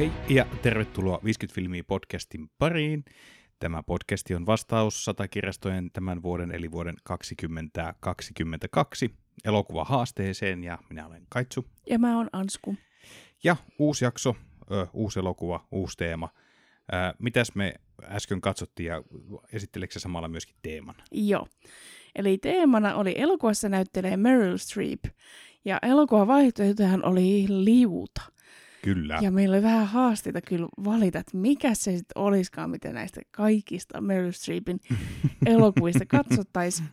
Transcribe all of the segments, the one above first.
Hei ja tervetuloa 50 filmiä podcastin pariin. Tämä podcasti on vastaus Satakirjastojen tämän vuoden eli vuoden 2022 elokuvahaasteeseen ja minä olen Kaitsu. Ja mä oon Ansku. Ja uusi jakso, uusi elokuva, uusi teema. Mitäs me äsken katsottiin ja esitteleekö samalla myöskin teeman? Joo. Eli teemana oli elokuvassa näyttelee Meryl Streep. Ja elokuvan vaihtoehtohan oli liuta. Kyllä. Ja meillä oli vähän haasteita kyllä valita, että mikä se sitten olisikaan, mitä näistä kaikista Meryl Streepin elokuvista katsottaisiin.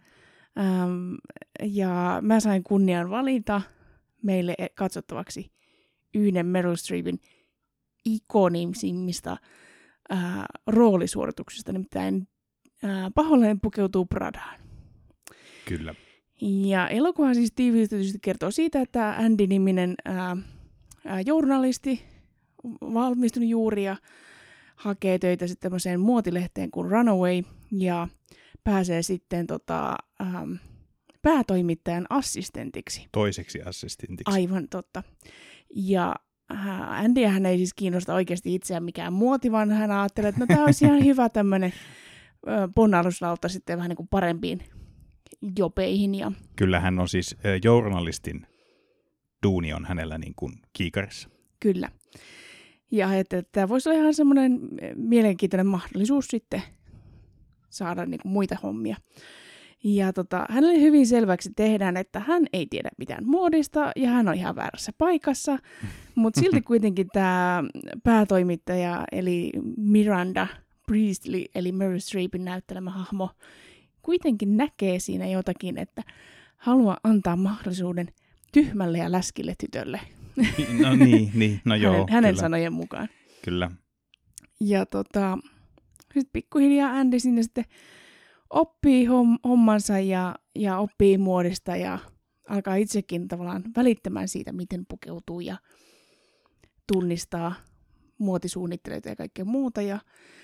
Ja mä sain kunnian valita meille katsottavaksi yhden Meryl Streepin ikonisimmista roolisuorituksista, nimittäin Paholainen pukeutuu Pradaan. Kyllä. Ja elokuva siis tiivistetysti kertoo siitä, että Andy-niminen journalisti, valmistunut juuri ja hakee töitä sitten tämmöiseen muotilehteen kuin Runaway ja pääsee sitten päätoimittajan assistentiksi. Toiseksi assistentiksi. Aivan totta. Ja Andyhän ei siis kiinnosta oikeasti itseään mikään muoti, vaan hän ajattelee, että no tämä olisi ihan hyvä tämmöinen ponnahduslauta sitten vähän niin kuin parempiin jobeihin. Ja Kyllä hän on siis journalistin duuni on hänellä niin kuin kiikarissa. Kyllä. Ja ajattelin, että tämä voisi olla ihan semmoinen mielenkiintoinen mahdollisuus sitten saada niin kuin muita hommia. Ja hänelle hyvin selväksi tehdään, että hän ei tiedä mitään muodista ja hän on ihan väärässä paikassa. Mutta silti kuitenkin tämä päätoimittaja eli Miranda Priestley eli Meryl Streepin näyttelemä hahmo kuitenkin näkee siinä jotakin, että haluaa antaa mahdollisuuden tyhmälle ja läskille tytölle. No niin, no joo. Hänen sanojen mukaan. Kyllä. Ja sitten pikkuhiljaa Andy sinne sitten oppii hommansa ja oppii muodista ja alkaa itsekin tavallaan välittämään siitä, miten pukeutuu ja tunnistaa muotisuunnittelijoita ja kaikkea muuta. Ja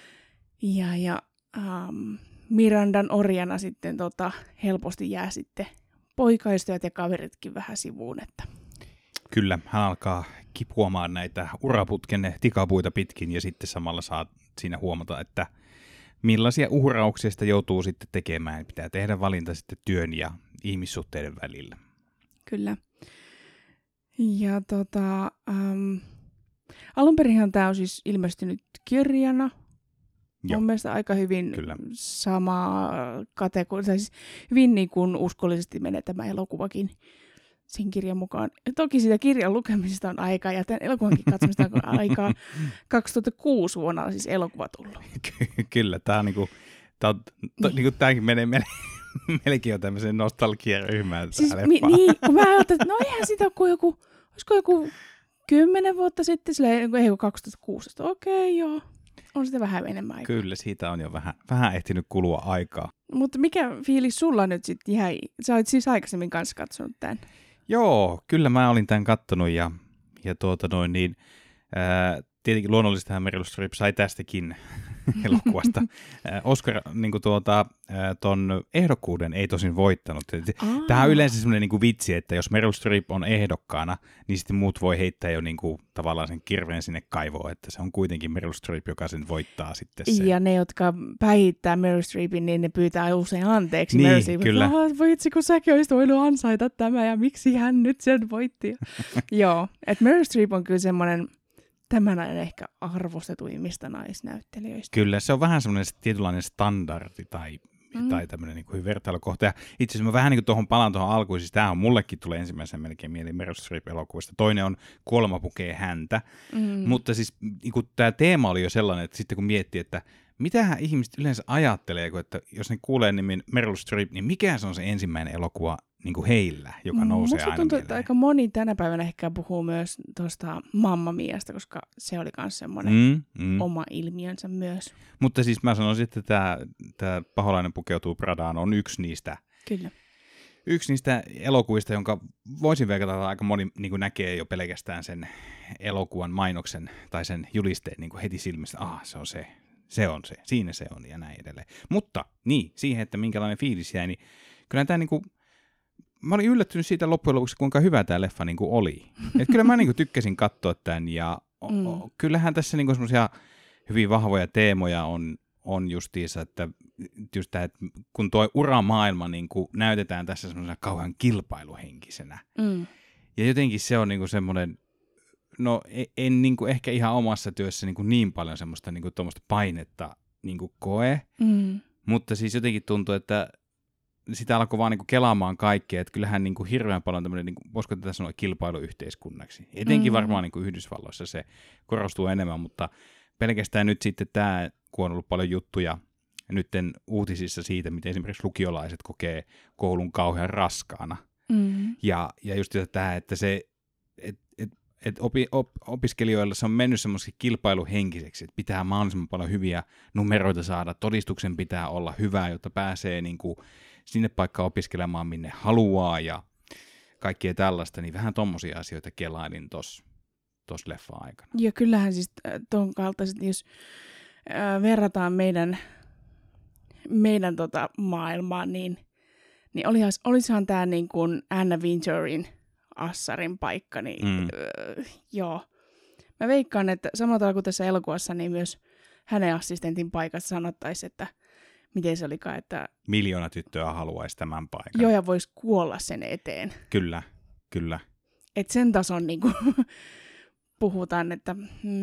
Mirandan orjana sitten helposti jää sitten poikaistyöt ja kaveritkin vähän sivuun. Että. Kyllä, hän alkaa kipuamaan näitä uraputken tikapuita pitkin ja sitten samalla saa siinä huomata, että millaisia uhrauksia sitä joutuu sitten tekemään. Pitää tehdä valinta sitten työn ja ihmissuhteiden välillä. Kyllä. Ja alunperinhan tämä on siis ilmestynyt kirjana. Joo. Mun mielestä aika hyvin Kyllä. sama kategoria, siis hyvin niin kuin uskollisesti menee tämä elokuvakin sen kirjan mukaan. Ja toki sitä kirjan lukemisesta on aikaa ja tämän elokuvankin katsomista on aikaa. 2006 vuonna on siis elokuva tullut. Kyllä, tämä on tämäkin menee melkein jo tämmöiseen nostalgiaryhmään. Siis niin, kun mä ajattelin, että no eihän sitä ole olisiko joku 10 vuotta sitten, ei 2016, okei, joo. On sitä vähän enemmän aikaa. Kyllä, siitä on jo vähän ehtinyt kulua aikaa. Mutta mikä fiilis sulla nyt sitten jäi? Sä olit siis aikaisemmin kanssa katsonut tämän. Joo, kyllä mä olin tämän kattonut ja tietenkin luonnollisestihan Meryl Streep sai tästäkin elokuvasta. Oscar ton ehdokkuuden ei tosin voittanut. Tämä on yleensä semmoinen niin kuin vitsi, että jos Meryl Streep on ehdokkaana, niin sitten muut voi heittää jo niin kuin, tavallaan sen kirveen sinne kaivoon, että se on kuitenkin Meryl Streep, joka sen voittaa sitten sen. Ja ne, jotka päihittää Meryl Streepin, niin ne pyytää usein anteeksi. Niin, Meryl Streep, kyllä. Voi itse, kun säkin olisit voinut ansaita tämä ja miksi hän nyt sen voitti. Joo, että Meryl Streep on kyllä semmoinen tämän ajan ehkä arvostetuimmista naisnäyttelijöistä. Kyllä, se on vähän semmoinen tietynlainen standardi tai tämmöinen niin kuin vertailukohta. Ja itse asiassa mä vähän niin kuin palaan tuohon alkuun, siis tämähän mullekin tulee ensimmäisen melkein mieleen Meryl Streep-elokuvista. Toinen on Kuolema pukee häntä, mutta siis niin kuin tämä teema oli jo sellainen, että sitten kun miettii, että mitähän ihmiset yleensä ajattelee, että jos ne kuulee nimen Meryl Streep, niin mikä se on se ensimmäinen elokuva niin kuin heillä, joka nousee aina musta tuntuu, mieleen? että aika moni tänä päivänä ehkä puhuu myös tuosta Mamma Miasta, koska se oli myös semmoinen oma ilmiönsä myös. Mutta siis mä sanoisin, että tämä Paholainen pukeutuu Pradaan on yksi niistä elokuvista, jonka voisin veikata, että aika moni niin kuin näkee jo pelkästään sen elokuvan mainoksen tai sen julisteen niin kuin heti silmistä. Se on se, siinä se on ja näin edelleen. Mutta niin, siihen, että minkälainen fiilis jäi, niin kyllä tämä niinku, mä olin yllättynyt siitä loppujen lopuksi, kuinka hyvä tämä leffa niinku oli. Et kyllä mä niinku tykkäsin katsoa tämän ja kyllähän tässä niinku semmoisia hyvin vahvoja teemoja on justiinsa, että just tämä, että kun tuo uramaailma niinku näytetään tässä semmoisena kauhean kilpailuhenkisenä. Ja jotenkin se on niinku semmoinen, no en niinku ehkä ihan omassa työssä niinku niin paljon semmoista niinku tuommoista painetta niinku koe, mutta siis jotenkin tuntuu, että sitä alkoi vaan niinku kelaamaan kaikkea, että kyllähän niinku hirveän paljon tämmöinen, niinku, voisiko tätä sanoa, kilpailuyhteiskunnaksi. Etenkin varmaan niinku Yhdysvalloissa se korostuu enemmän, mutta pelkästään nyt sitten tämä, kun on ollut paljon juttuja nytten uutisissa siitä, miten esimerkiksi lukiolaiset kokee koulun kauhean raskaana. Ja just tämä, että se, että opiskelijoilla se on mennyt semmoiseksi kilpailuhenkiseksi, että pitää mahdollisimman paljon hyviä numeroita saada, todistuksen pitää olla hyvä, jotta pääsee niinku sinne paikkaan opiskelemaan, minne haluaa ja kaikkea tällaista, niin vähän tommosia asioita kelailin tuossa leffan aikana. Ja kyllähän siis ton kaltaiset, jos verrataan meidän maailmaan, niin olisihan tämä niin kuin Anna Wintourin assarin paikka, niin joo. Mä veikkaan, että samalla tavalla kuin tässä elokuvassa, niin myös hänen assistentin paikassa sanottaisiin, että miten se olikaan, että 1,000,000 tyttöä haluaisi tämän paikan. Joo, ja voisi kuolla sen eteen. Kyllä. Että sen tason niin kuin puhutaan, että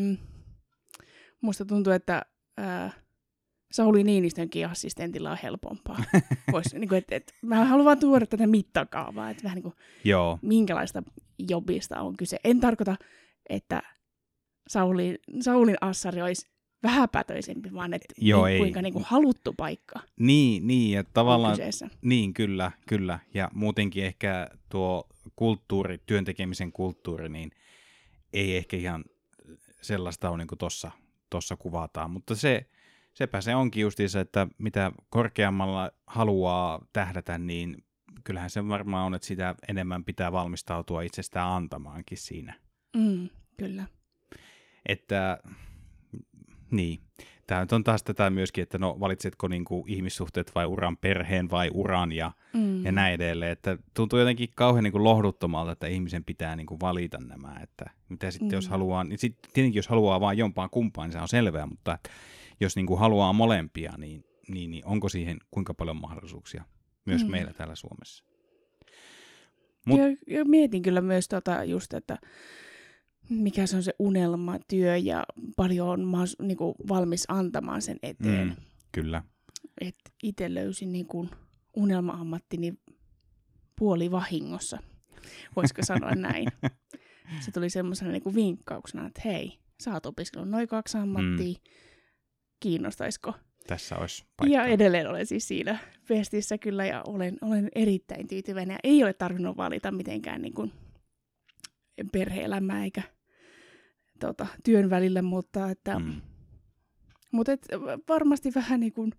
musta tuntuu, että Sauli Niinistönkin assistentilla on helpompaa. Mä haluan vaan tuoda tätä mittakaavaa, että vähän niin kuin minkälaista jobista on kyse. En tarkoita, että Saulin assari olisi vähäpätöisempi, vaan että kuinka niin kuin haluttu paikka niin, ja tavallaan, kyseessä. Niin, kyllä. Ja muutenkin ehkä tuo kulttuuri, työntekemisen kulttuuri, niin ei ehkä ihan sellaista ole niin kuin tuossa kuvataan, mutta sepä se onkin justiinsa, että mitä korkeammalla haluaa tähdätä, niin kyllähän se varmaan on, että sitä enemmän pitää valmistautua itsestään antamaankin siinä. Kyllä. Että, niin. Tämä on taas tätä myöskin, että no valitsetko niinku ihmissuhteet vai uran, perheen vai uran ja näin edelleen. Että tuntuu jotenkin kauhean niinku lohduttomalta, että ihmisen pitää niinku valita nämä. Että mitä sitten jos haluaa, niin tietenkin jos haluaa vain jompaan kumpaan, niin se on selvää, mutta jos niinku haluaa molempia, niin onko siihen kuinka paljon mahdollisuuksia myös meillä täällä Suomessa? Ja mietin kyllä myös just, että mikä se on se unelmatyö ja paljon on niinku valmis antamaan sen eteen. Kyllä. Että itse löysin niinku unelma-ammattini puolivahingossa, voisiko sanoa näin. Se tuli semmoisena niinku vinkkauksena, että hei, sä oot opiskellut noin 2 ammattia, kiinnostaisiko? Tässä olisi paikkaa. Ja edelleen olen siis siinä pestissä kyllä ja olen erittäin tyytyväinen. Ei ole tarvinnut valita mitenkään niin kuin perhe-elämää eikä työn välillä, mutta varmasti vähän niin kuin,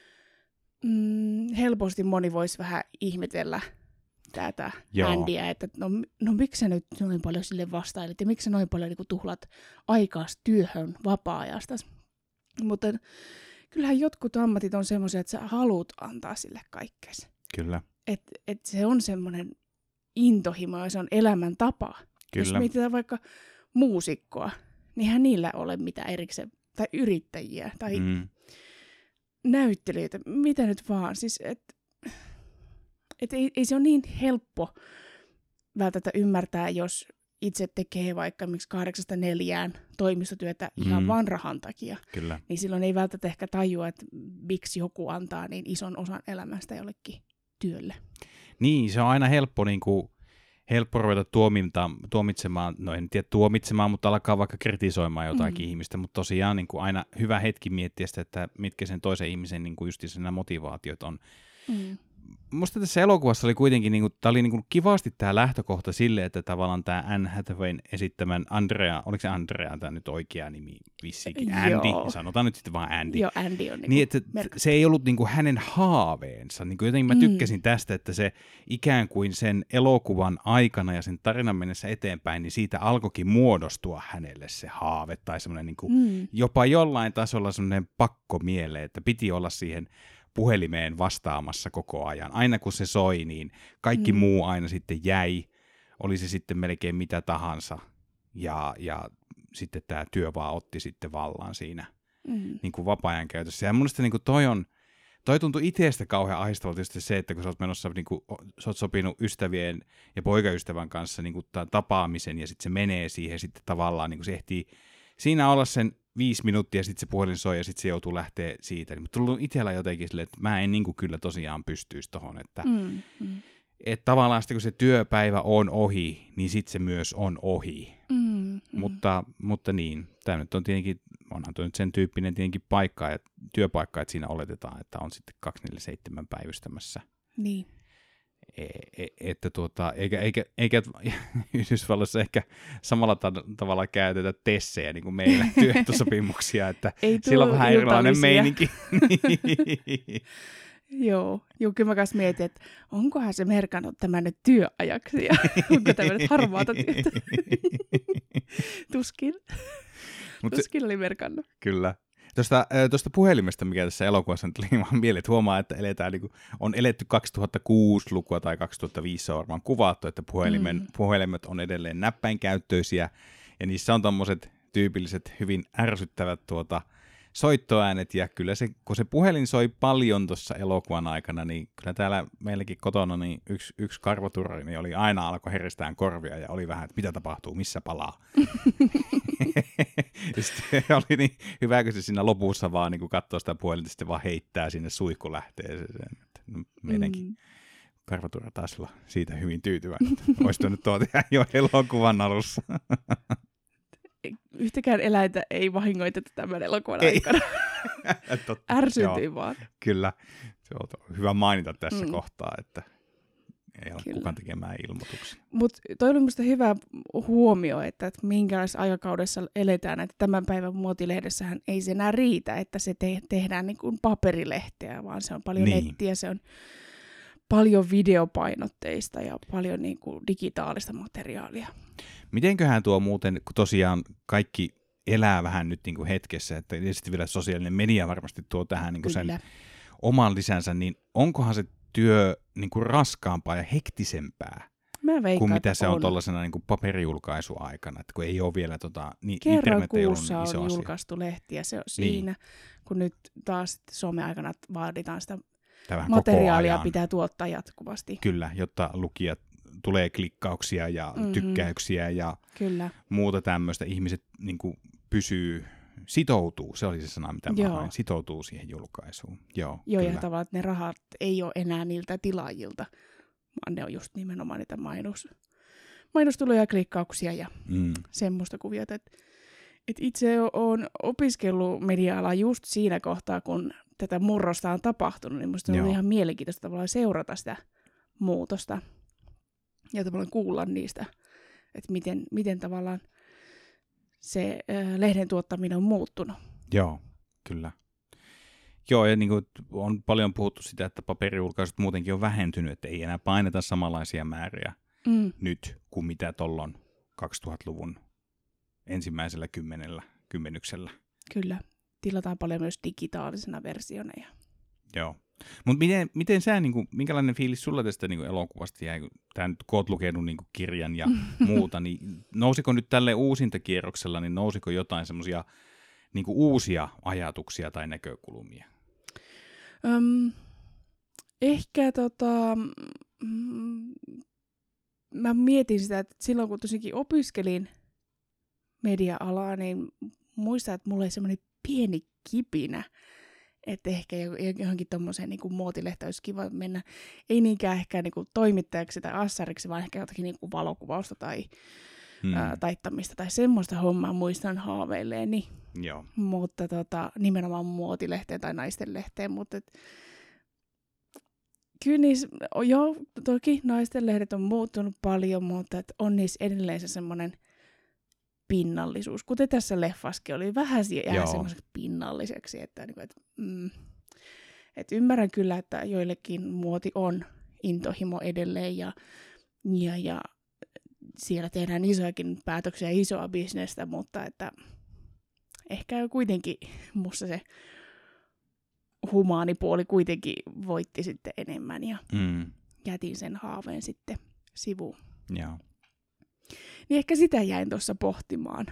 helposti moni voisi vähän ihmetellä tätä Andyä, että no miksi sä nyt noin paljon sille vastailet ja miksi sä noin paljon niin kuin tuhlat aikaas työhön vapaa-ajasta. Mutta kyllähän jotkut ammatit on semmoisia, että sä haluat antaa sille kaikkeesi. Kyllä. Et se on semmoinen intohimo ja se on elämäntapa. Kyllä. Jos mietitään vaikka muusikkoa, niin eihän niillä ole mitään erikseen, tai yrittäjiä, tai näyttelijöitä, mitä nyt vaan. Siis, ei se ole niin helppo välttämättä ymmärtää, jos itse tekee vaikka miksi 8-4 toimistotyötä ihan vaan rahan takia. Kyllä. Niin silloin ei välttämättä ehkä tajua, että miksi joku antaa niin ison osan elämästä jollekin työlle. Niin, se on aina helppo ruveta tuomitsemaan, no en tiedä tuomitsemaan, mutta alkaa vaikka kritisoimaan jotakin ihmistä, mutta tosiaan niin kuin aina hyvä hetki miettiä sitä, että mitkä sen toisen ihmisen niin kuin just nämä motivaatiot on. Musta tässä elokuvassa oli kuitenkin, tämä oli kivasti tämä lähtökohta sille, että tavallaan tämä Anne Hathawayn esittämän Andrea, oliko se Andrea tämä nyt oikea nimi vissiinkin? Andy, sanotaan nyt sitten vaan Andy. Joo, Andy on niin, että se ei ollut hänen haaveensa. Jotenkin mä tykkäsin tästä, että se ikään kuin sen elokuvan aikana ja sen tarinan mennessä eteenpäin, niin siitä alkoikin muodostua hänelle se haave tai semmoinen jopa jollain tasolla semmoinen pakko mieleen, että piti olla siihen puhelimeen vastaamassa koko ajan. Aina kun se soi, niin kaikki muu aina sitten jäi, oli se sitten melkein mitä tahansa. Ja sitten tämä työ vaan otti sitten vallan siinä niin kuin vapaa-ajan käytössä. Ja mun mielestä niin kuin toi tuntui itsestä kauhean ahdistavalta just se, että kun sä oot menossa, niin kuin, sä oot sopinut ystävien ja poikaystävän kanssa niin kuin tapaamisen ja sitten se menee siihen sitten tavallaan, niin kuin se ehtii siinä olla sen 5 minuuttia ja sitten se puhelin soi ja sitten se joutuu lähteä siitä. Mutta tullut itsellä jotenkin silleen, että mä en niin kuin kyllä tosiaan pystyisi tohon, että että tavallaan sitten kun se työpäivä on ohi, niin sitten se myös on ohi. Mutta niin, tämä nyt on tietenkin, onhan tuo nyt sen tyyppinen tietenkin paikka ja työpaikka, että siinä oletetaan, että on sitten 24/7 päivystämässä. Niin. Eikä Yhdysvalloissa ehkä samalla tavalla käytetä tessejä niin kuin meillä työehtosopimuksia, että sillä on vähän erilainen meininki. Joo, kyllä mä kanssa mietin, että onkohan se merkannut tämän nyt työajaksi ja onko tämä nyt harmaata työtä. Tuskin oli merkannut. Kyllä. Tuosta puhelimesta, mikä tässä elokuvassa nyt oli vaan mieleen, että huomaa, että on eletty 2006-lukua tai 2005 on varmaan kuvattu, että puhelimet on edelleen näppäinkäyttöisiä ja niissä on tommoset tyypilliset hyvin ärsyttävät soittoäänet, ja kyllä se, kun se puhelin soi paljon tuossa elokuvan aikana, niin kyllä täällä meilläkin kotona niin yksi karvaturri niin oli aina alkoi heristään korvia, ja oli vähän, että mitä tapahtuu, missä palaa. Sitten oli niin hyvä, kun se siinä lopussa vaan niin katsoo sitä puhelinta, sitten vaan heittää sinne suihku lähtee. Meidänkin karvaturra taas olla siitä hyvin tyytyväinen. Olisi tuonut tehdä jo elokuvan alussa. Yhtäkään eläintä ei vahingoiteta tämän elokuvan aikana. Ärsytyin vaan. Kyllä. Se on hyvä mainita tässä kohtaa, että ei ole kukaan tekemään ilmoituksia. Mutta toi oli minusta hyvä huomio, että minkälaisessa aikakaudessa eletään, että tämän päivän muotilehdessähän ei se enää riitä, että se tehdään niin kuin paperilehteä, vaan se on paljon nettiä, se on paljon videopainotteista ja paljon niin kuin digitaalista materiaalia. Mitenköhän tuo muuten, kun tosiaan kaikki elää vähän nyt niin kuin hetkessä, että tietysti vielä sosiaalinen media varmasti tuo tähän niin kuin sen oman lisänsä, niin onkohan se työ niin kuin raskaampaa ja hektisempää kuin mitä se on tuollaisena niin kuin paperijulkaisuaikana, että kun ei ole vielä niin internet ei ollut niin iso asia. Kerran kuussa on julkaistu lehtiä, se on siinä, kun nyt taas some-aikana vaaditaan sitä materiaalia pitää tuottaa jatkuvasti. Kyllä, jotta lukijat tulee klikkauksia ja tykkäyksiä ja muuta tämmöistä. Ihmiset niin kuin sitoutuu, se oli se sana, mitä mä hain, sitoutuu siihen julkaisuun. Joo, ja tavallaan, että ne rahat ei ole enää niiltä tilaajilta, vaan ne on just nimenomaan niitä mainostuloja ja klikkauksia ja semmoista kuviota. Et itse olen opiskellut media-alaa just siinä kohtaa, kun tätä murrosta on tapahtunut, niin musta on ihan mielenkiintoista tavallaan seurata sitä muutosta ja tavallaan kuulla niistä, että miten tavallaan se lehden tuottaminen on muuttunut. Joo, kyllä. Joo, ja niin kuin on paljon puhuttu sitä, että paperijulkaisut muutenkin on vähentynyt, että ei enää paineta samanlaisia määriä nyt kuin mitä tuolloin 2000-luvun ensimmäisellä kymmenyksellä. Kyllä, tilataan paljon myös digitaalisena versiona. Joo. Mutta miten sä, minkälainen fiilis sulla tästä elokuvasta jäi, kun tää nyt kun oot lukenut kirjan ja muuta, niin nousiko nyt tälle uusintakierroksella, niin nousiko jotain semmoisia uusia ajatuksia tai näkökulmia? Ehkä mä mietin sitä, että silloin kun tosiaankin opiskelin media-alaa, niin muistan, että mulla oli semmoinen pieni kipinä, että ehkä johonkin tommoseen muotilehteen olisi kiva mennä, ei niinkään ehkä toimittajaksi tai assariksi, vaan ehkä jotakin valokuvausta tai taittamista tai semmoista hommaa muistan haaveilleeni. Joo. Mutta nimenomaan muotilehteen tai naistenlehteen, mutta kyllä niissä, toki naistenlehdet on muuttunut paljon, mutta on niissä edelleen se semmoinen pinnallisuus, kuten tässä leffaskin oli, vähän jää semmoiseksi pinnalliseksi, että ymmärrän kyllä, että joillekin muoti on intohimo edelleen ja siellä tehdään isojakin päätöksiä, isoa bisnestä, mutta että ehkä kuitenkin musta se humaanipuoli kuitenkin voitti sitten enemmän ja jätin sen haaveen sitten sivuun. Joo. Niin ehkä sitä jäin tuossa pohtimaan,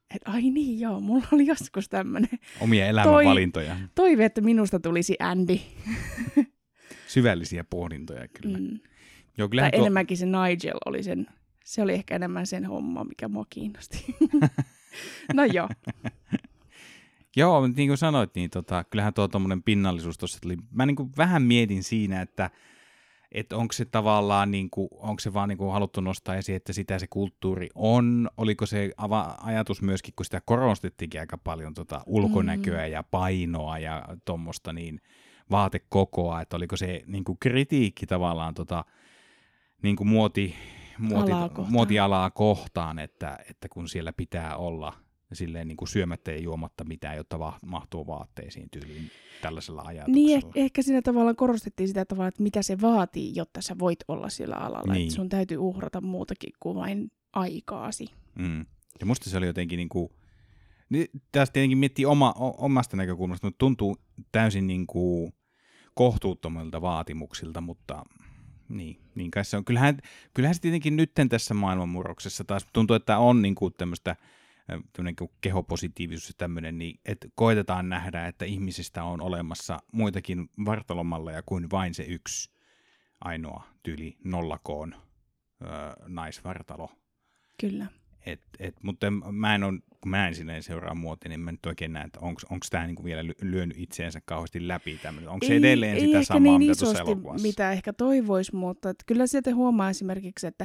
että ai niin joo, mulla oli joskus tämmöinen Omia elämänvalintoja. toive, että minusta tulisi Andy. Syvällisiä pohdintoja kyllä. Joo, Tai enemmänkin se Nigel oli se oli ehkä enemmän sen homma, mikä mua kiinnosti. No joo. Joo, niin kuin sanoit, niin kyllähän tuo tommoinen pinnallisuus tuossa tuli. Mä niin kuin vähän mietin siinä, että onko se tavallaan, niin kuin, onko se vaan niin kuin haluttu nostaa esiin, että sitä se kulttuuri on. Oliko se ajatus myöskin, kun sitä korostettiinkin aika paljon ulkonäköä ja painoa ja tuommoista niin vaatekokoa, että oliko se niin kuin kritiikki tavallaan niin kuin muotialaa kohtaan, että kun siellä pitää olla silleen niin kuin syömättä ja juomatta mitään, jotta mahtuu vaatteisiin tyyliin tällaisella ajatuksella. Niin, ehkä siinä tavallaan korostettiin sitä tavalla, että mitä se vaatii, jotta sä voit olla sillä alalla. Niin. Että sun täytyy uhrata muutakin kuin vain aikaasi. Ja musta se oli jotenkin niin kuin, tästä tietenkin miettii omasta näkökulmasta, mutta tuntuu täysin niin kuin kohtuuttomilta vaatimuksilta, mutta niin kai se on. Kyllähän se tietenkin nytten tässä maailmanmurroksessa taas tuntuu, että on niin kuin tämmöistä kehopositiivisuus ja tämmöinen, niin että koetetaan nähdä, että ihmisistä on olemassa muitakin vartalomalleja kuin vain se yksi ainoa tyyli nollakoon naisvartalo. Kyllä. Mutta kun mä en silleen seuraa muotia, niin mä nyt oikein näen, että onko tämä niinku vielä lyönyt itseensä kauheasti läpi tämmöinen. Onko se edelleen sitä samaa, niin mitä tuossa elokuvassa? Mitä ehkä toivoisi, mutta kyllä sieltä huomaa esimerkiksi, että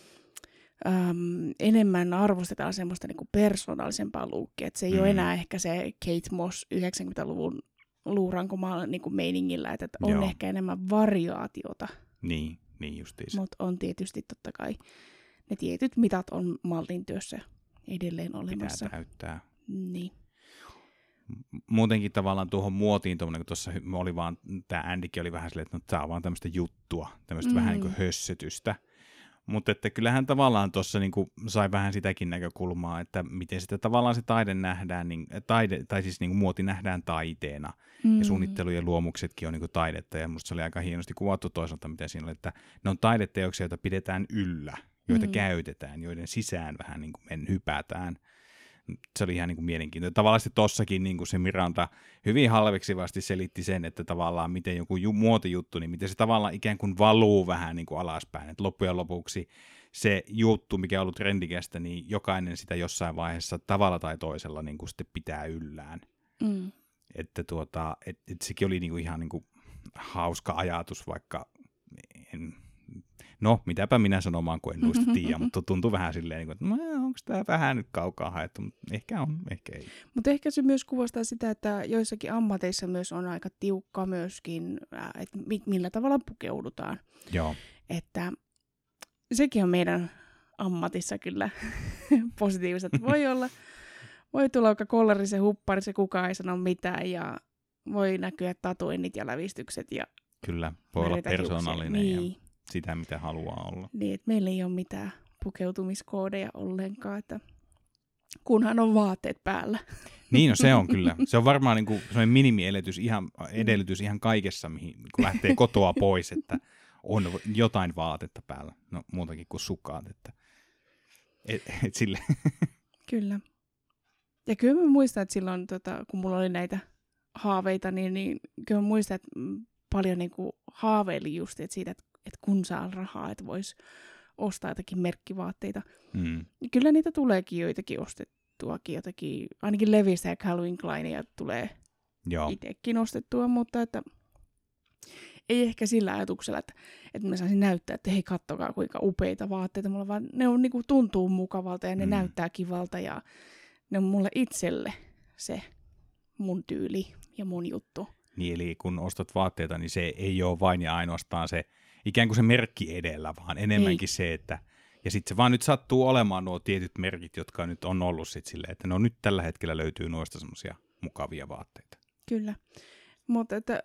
enemmän arvostetaan semmoista niinku persoonallisempaa luukkia, että se ei ole enää ehkä se Kate Moss 90-luvun luurankomaa niinku meiningillä, että on ehkä enemmän variaatiota. Niin justiinsa. Mutta on tietysti totta kai ne tietyt mitat on mallin työssä edelleen olemassa. Pitää täyttää. Niin. Muutenkin tavallaan tuohon muotiin, kun tuossa oli vaan, tämä Andykin oli vähän silleen, että tämä on vaan tämmöistä juttua, tämmöistä vähän niin kuin hössetystä. Mutta että kyllähän tavallaan tuossa niin kuin sai vähän sitäkin näkökulmaa, että miten sitä tavallaan se taide nähdään, tai siis niin kuin muoti nähdään taiteena. Ja suunnittelu ja luomuksetkin on niin kuin taidetta, ja musta se oli aika hienosti kuvattu toisaalta, mitä siinä oli, että ne on taideteoksia, joita pidetään yllä, joita käytetään, joiden sisään vähän niin kuin hypätään. Se oli ihan niin kuin mielenkiintoinen. Tavallaan tossakin niin kuin se Miranda hyvin halveksivasti selitti sen, että tavallaan miten joku muotijuttu, niin miten se tavallaan ikään kuin valuu vähän niin kuin alaspäin. Että loppujen lopuksi se juttu, mikä on ollut trendikästä, niin jokainen sitä jossain vaiheessa tavalla tai toisella niin kuin sitten pitää yllään. Että sekin oli niin kuin ihan niin kuin hauska ajatus, vaikka mitäpä minä sanomaan, kun en noista tiedä, mutta tuntuu vähän silleen, että onko tämä vähän nyt kaukaa haettu, mutta ehkä on, ehkä ei. Mutta ehkä se myös kuvastaa sitä, että joissakin ammateissa myös on aika tiukka myöskin, että millä tavalla pukeudutaan. Joo. Että sekin on meidän ammatissa kyllä positiivista, että voi tulla vaikka kollarissa ja hupparissa, kukaan ei sano mitään ja voi näkyä tatuoinnit ja lävistykset. Ja kyllä, voi olla persoonallinen ja sitä, mitä haluaa olla. Niin, että meillä ei ole mitään pukeutumiskoodeja ollenkaan, että kunhan on vaatteet päällä. Niin, no se on kyllä. Se on varmaan niin kuin sellainen minimiedellytys ihan kaikessa, mihin kun lähtee kotoa pois, että on jotain vaatetta päällä. No muutakin kuin sukaat, että sille. Kyllä. Ja kyllä mä muistan, että silloin, kun mulla oli näitä haaveita, niin kyllä mä muistan, että paljon niin kuin haaveili just siitä, että kun saa rahaa, että voisi ostaa jotakin merkkivaatteita. Kyllä niitä tuleekin joitakin ostettuakin, jotakin, ainakin Levi'stä ja Calvin Kleinia tulee itsekin ostettua, mutta että ei ehkä sillä ajatuksella, että mä saisin näyttää, että hei, kattokaa kuinka upeita vaatteita mulla, vaan ne on, niin kuin, tuntuu mukavalta ja ne näyttää kivalta ja ne on mulle itselle se mun tyyli ja mun juttu. Niin, eli kun ostat vaatteita, niin se ei ole vain ja ainoastaan se ikään kuin se merkki edellä, vaan enemmänkin se, että ja sitten se vaan nyt sattuu olemaan nuo tietyt merkit, jotka nyt on ollut sitten silleen, että no nyt tällä hetkellä löytyy noista semmoisia mukavia vaatteita. Kyllä, mutta että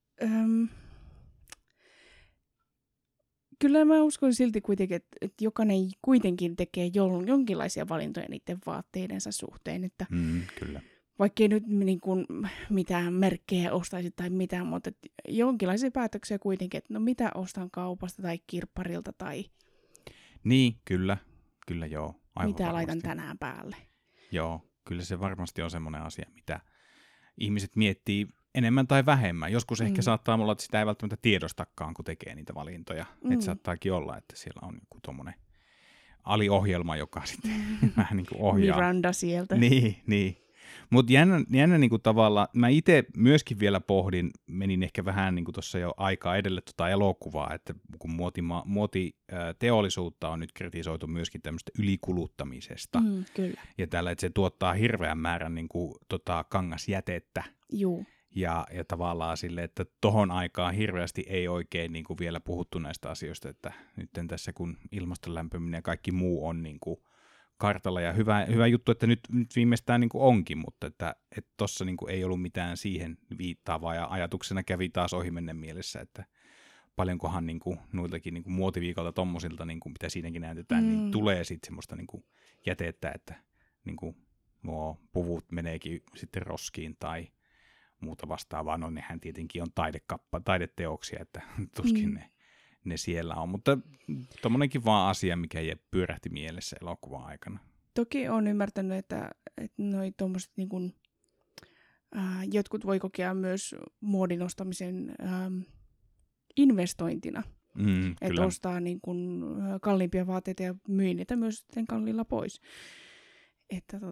kyllä mä uskon silti kuitenkin, että jokainen kuitenkin tekee jonkinlaisia valintoja niiden vaatteidensa suhteen, että kyllä. Vaikka ei nyt niin kuin mitään merkkejä ostaisi tai mitään, mutta jonkinlaisia päätöksiä kuitenkin, että no mitä ostan kaupasta tai kirpparilta tai niin, kyllä joo. Aivan mitä varmasti laitan tänään päälle. Joo, kyllä se varmasti on semmoinen asia, mitä ihmiset miettii enemmän tai vähemmän. Joskus ehkä saattaa olla, että sitä ei välttämättä tiedostakaan, kun tekee niitä valintoja. Että saattaakin olla, että siellä on joku tommoinen aliohjelma, joka sitten vähän niin kuin ohjaa. Miranda sieltä. Niin. Mutta jännä niin kuin tavalla, mä itse myöskin vielä pohdin, menin ehkä vähän niin kuin tuossa jo aikaa edelle elokuvaa, että kun muotiteollisuutta on nyt kritisoitu myöskin tämmöistä ylikuluttamisesta. Kyllä. Ja tällä, että se tuottaa hirveän määrän niin kuin, kangasjätettä. Juu. Ja tavallaan sille, että tohon aikaan hirveästi ei oikein niin kuin vielä puhuttu näistä asioista, että nyt tässä kun ilmaston lämpöminen ja kaikki muu on niin kuin kartalla, ja hyvä juttu, että nyt viimeistään niin kuin onkin, mutta että tossa niin kuin ei ollut mitään siihen viittaavaa, ja ajatuksena kävi taas ohimennen mielessä, että paljonkohan niin kuin noiltakin niin kuin muotiviikolta tommosilta, niin kuin mitä siinäkin näytetään, niin tulee sitten semmoista niin kuin jätettä, että niin kuin nuo puvut meneekin sitten roskiin tai muuta vastaavaa. No nehän tietenkin on taideteoksia, että tuskin ne siellä on, mutta tommonenkin vaan asia, mikä pyörähti mielessä elokuvan aikana. Toki olen ymmärtänyt, että noi tommoset niin kuin, jotkut voi kokea myös muodin ostamisen investointina. Että ostaa niin kuin kalliimpia vaatteita ja myy niitä myös sitten kalliilla pois. Että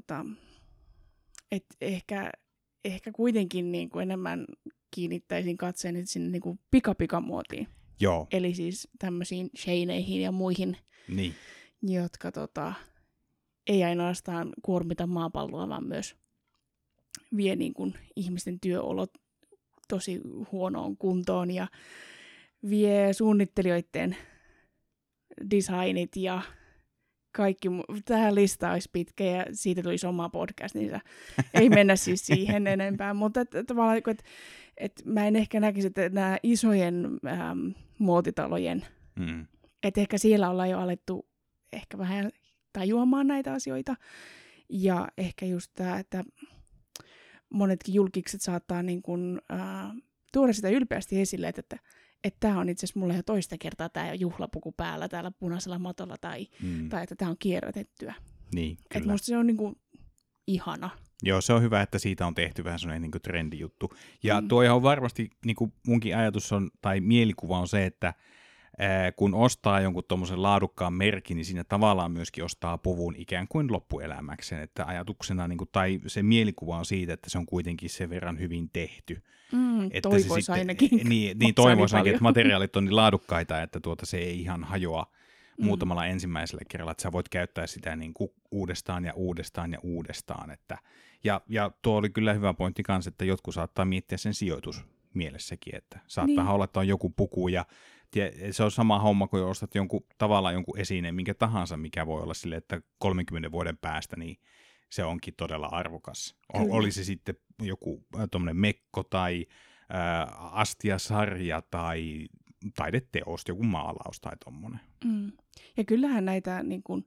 ehkä kuitenkin niin kuin enemmän kiinnittäisin katseen nyt sinne niin kuin pikapikamuotiin. Joo. Eli siis tämmöisiin Sheineihin ja muihin, jotka ei ainoastaan kuormita maapalloa, vaan myös vie niin kuin ihmisten työolot tosi huonoon kuntoon ja vie suunnittelijoiden designit ja kaikki. Tähän lista olisi pitkä ja siitä tulisi oma podcast, niin ei mennä siis siihen enempää. Mutta tavallaan, että mä en ehkä näkisi, että nämä isojen muotitalojen, että ehkä siellä ollaan jo alettu ehkä vähän tajuamaan näitä asioita. Ja ehkä just tämä, että monetkin julkikset saattaa niin kuin, tuoda sitä ylpeästi esille, että tämä on itse asiassa mulle jo toista kertaa tämä juhlapuku päällä täällä punaisella matolla, tai että tämä on kierrätettyä. Niin, kyllä. Että musta se on niinku ihana. Joo, se on hyvä, että siitä on tehty vähän sellainen niin kuin trendijuttu. Ja tuo on varmasti, niin kuin munkin ajatus on, tai mielikuva on se, että kun ostaa jonkun tuommoisen laadukkaan merkin, niin siinä tavallaan myöskin ostaa puvun ikään kuin loppuelämäkseen. Että ajatuksena, niin kuin, tai se mielikuva on siitä, että se on kuitenkin sen verran hyvin tehty. Toivoisi ainakin. Niin toivoisi ainakin, että materiaalit on niin laadukkaita, että se ei ihan hajoa muutamalla ensimmäisellä kerralla, että sä voit käyttää sitä niin kuin uudestaan ja uudestaan ja uudestaan. Ja tuo oli kyllä hyvä pointti kanssa, että jotkut saattaa miettiä sen sijoitusmielessäkin, että saattaa olla, että on joku puku ja se on sama homma, kun ostat jonkun esineen, minkä tahansa, mikä voi olla silleen, että 30 vuoden päästä, niin se onkin todella arvokas. Oli se sitten joku tuommoinen mekko tai astiasarja tai taideteos, joku maalaus tai tommonen. Ja kyllähän näitä niin kun,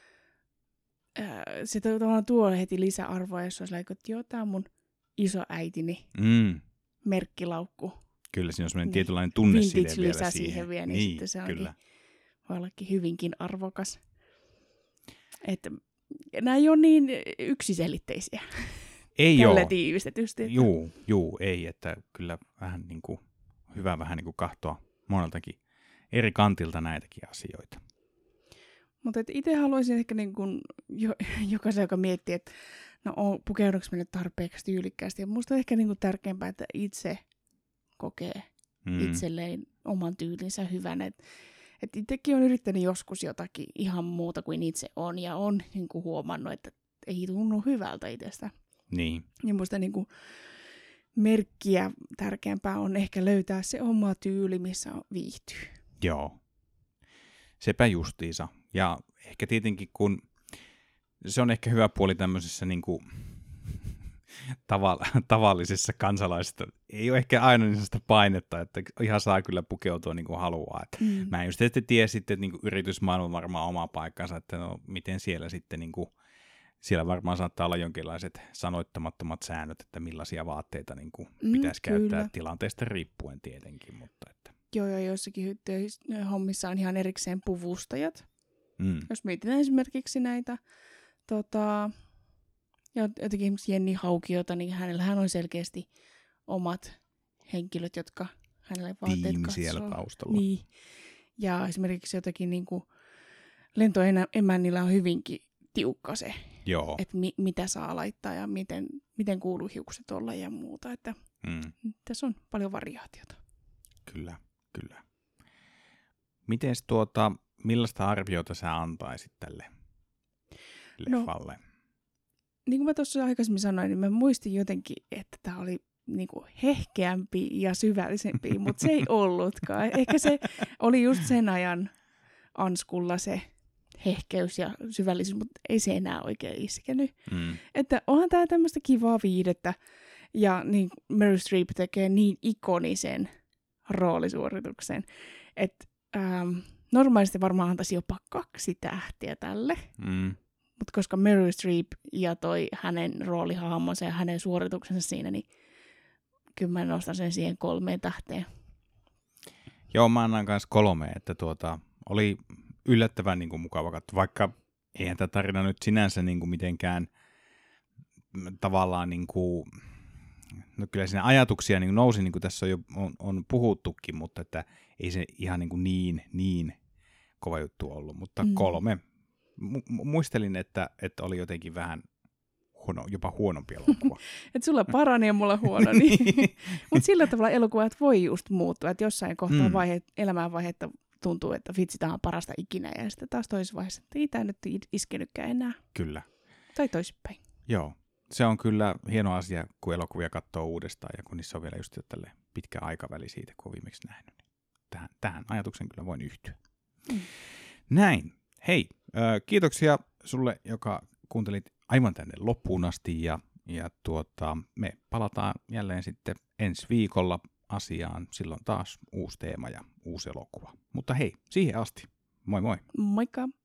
se tavallaan tuo heti lisäarvoa, jos olisi että joo, tämä on mun isoäitini merkkilaukku. Kyllä, siinä on semmoinen tietynlainen tunneside vielä siihen vielä, niin sitten se voi ollakin hyvinkin arvokas. Että nämä ei ole niin yksiselitteisiä. Ei ole. Tällä tiivistetysti. Juu, ei, että kyllä vähän niin kuin, hyvä vähän niin kuin kahtoa moneltakin eri kantilta näitäkin asioita. Mutta itse haluaisin ehkä niin kuin jokaisen, joka miettii, että pukeudunko minä tarpeeksi tyylikkäästi. Ja minusta on ehkä niin kuin tärkeämpää, että itse kokee itselleen oman tyylinsä hyvänä. Että itsekin olen yrittänyt joskus jotakin ihan muuta kuin itse on, ja on niin kuin huomannut, että ei tunnu hyvältä itsestä. Niin. Ja minusta niin kuin merkkiä tärkeämpää on ehkä löytää se oma tyyli, missä viihtyy. Joo, sepä justiinsa. Ja ehkä tietenkin, kun se on ehkä hyvä puoli tämmöisessä niin kuin tavallisessa kansalaisessa. Ei ole ehkä aina niin sellaista painetta, että ihan saa kyllä pukeutua niin kuin haluaa. Mä en just tiedä sitten, että niin kuin yritysmaailma varmaan oma paikkansa, että no miten siellä sitten, niin kuin, siellä varmaan saattaa olla jonkinlaiset sanoittamattomat säännöt, että millaisia vaatteita niin kuin pitäisi käyttää tilanteesta riippuen tietenkin. Mutta että. Joo, joissakin hommissa on ihan erikseen puvustajat. Jos mietitään esimerkiksi näitä Ja jotenkin esimerkiksi Jenni Haukiota, niin hänellähän on selkeästi omat henkilöt, jotka hänelle vaatteet tiimi katsoo. siellä taustalla. Niin. Ja esimerkiksi jotakin niin kuin lentoemännillä on hyvinkin tiukka se, Joo. että mitä saa laittaa ja miten kuuluu hiukset olla ja muuta. Että tässä on paljon variaatiota. Kyllä, kyllä. Mites millaista arviota sä antaisit tälle leffalle? Niin kuin mä tuossa aikaisemmin sanoin, niin mä muistin jotenkin, että tämä oli niinku hehkeämpi ja syvällisempi, mutta se ei ollutkaan. Ehkä se oli just sen ajan anskulla se hehkeys ja syvällisyys, mutta ei se enää oikein iskenyt. Että onhan tämä tämmöistä kivaa viihdettä, ja niin Meryl Streep tekee niin ikonisen roolisuorituksen, että normaalisti varmaan antaisi jopa 2 tähteä tälle. Mutta koska Meryl Streep ja toi hänen roolihahmonsa ja hänen suorituksensa siinä, niin kyllä mä nostan sen siihen 3 tähteä. Joo, mä annan kanssa 3, että oli yllättävän niin kuin mukava katsoa, vaikka eihän tämä tarina nyt sinänsä niin kuin mitenkään tavallaan niin kuin, no kyllä siinä ajatuksia niin kuin nousi, niin kuin tässä on jo on puhuttukin, mutta että ei se ihan niin kova juttu ollut, mutta 3. Muistelin, että oli jotenkin vähän jopa huonompi elokuva. Että sulla parani ja mulla huono. Niin. Mutta sillä tavalla elokuvat voi just muuttua, että jossain kohtaa elämänvaihetta tuntuu, että vitsi, tämä on parasta ikinä, ja sitten taas toisessa vaiheessa, että ei tämä nyt iskenytkään enää. Kyllä. Tai toisinpäin. Joo, se on kyllä hieno asia, kun elokuvia katsoo uudestaan, ja kun niissä on vielä just tälle pitkä aikaväli siitä, kun on viimeksi nähnyt. Tähän ajatuksen kyllä voin yhtyä. Näin. Hei, kiitoksia sulle, joka kuuntelit aivan tänne loppuun asti, ja me palataan jälleen sitten ensi viikolla asiaan. Silloin taas uusi teema ja uusi elokuva. Mutta hei, siihen asti. Moi moi. Moikka.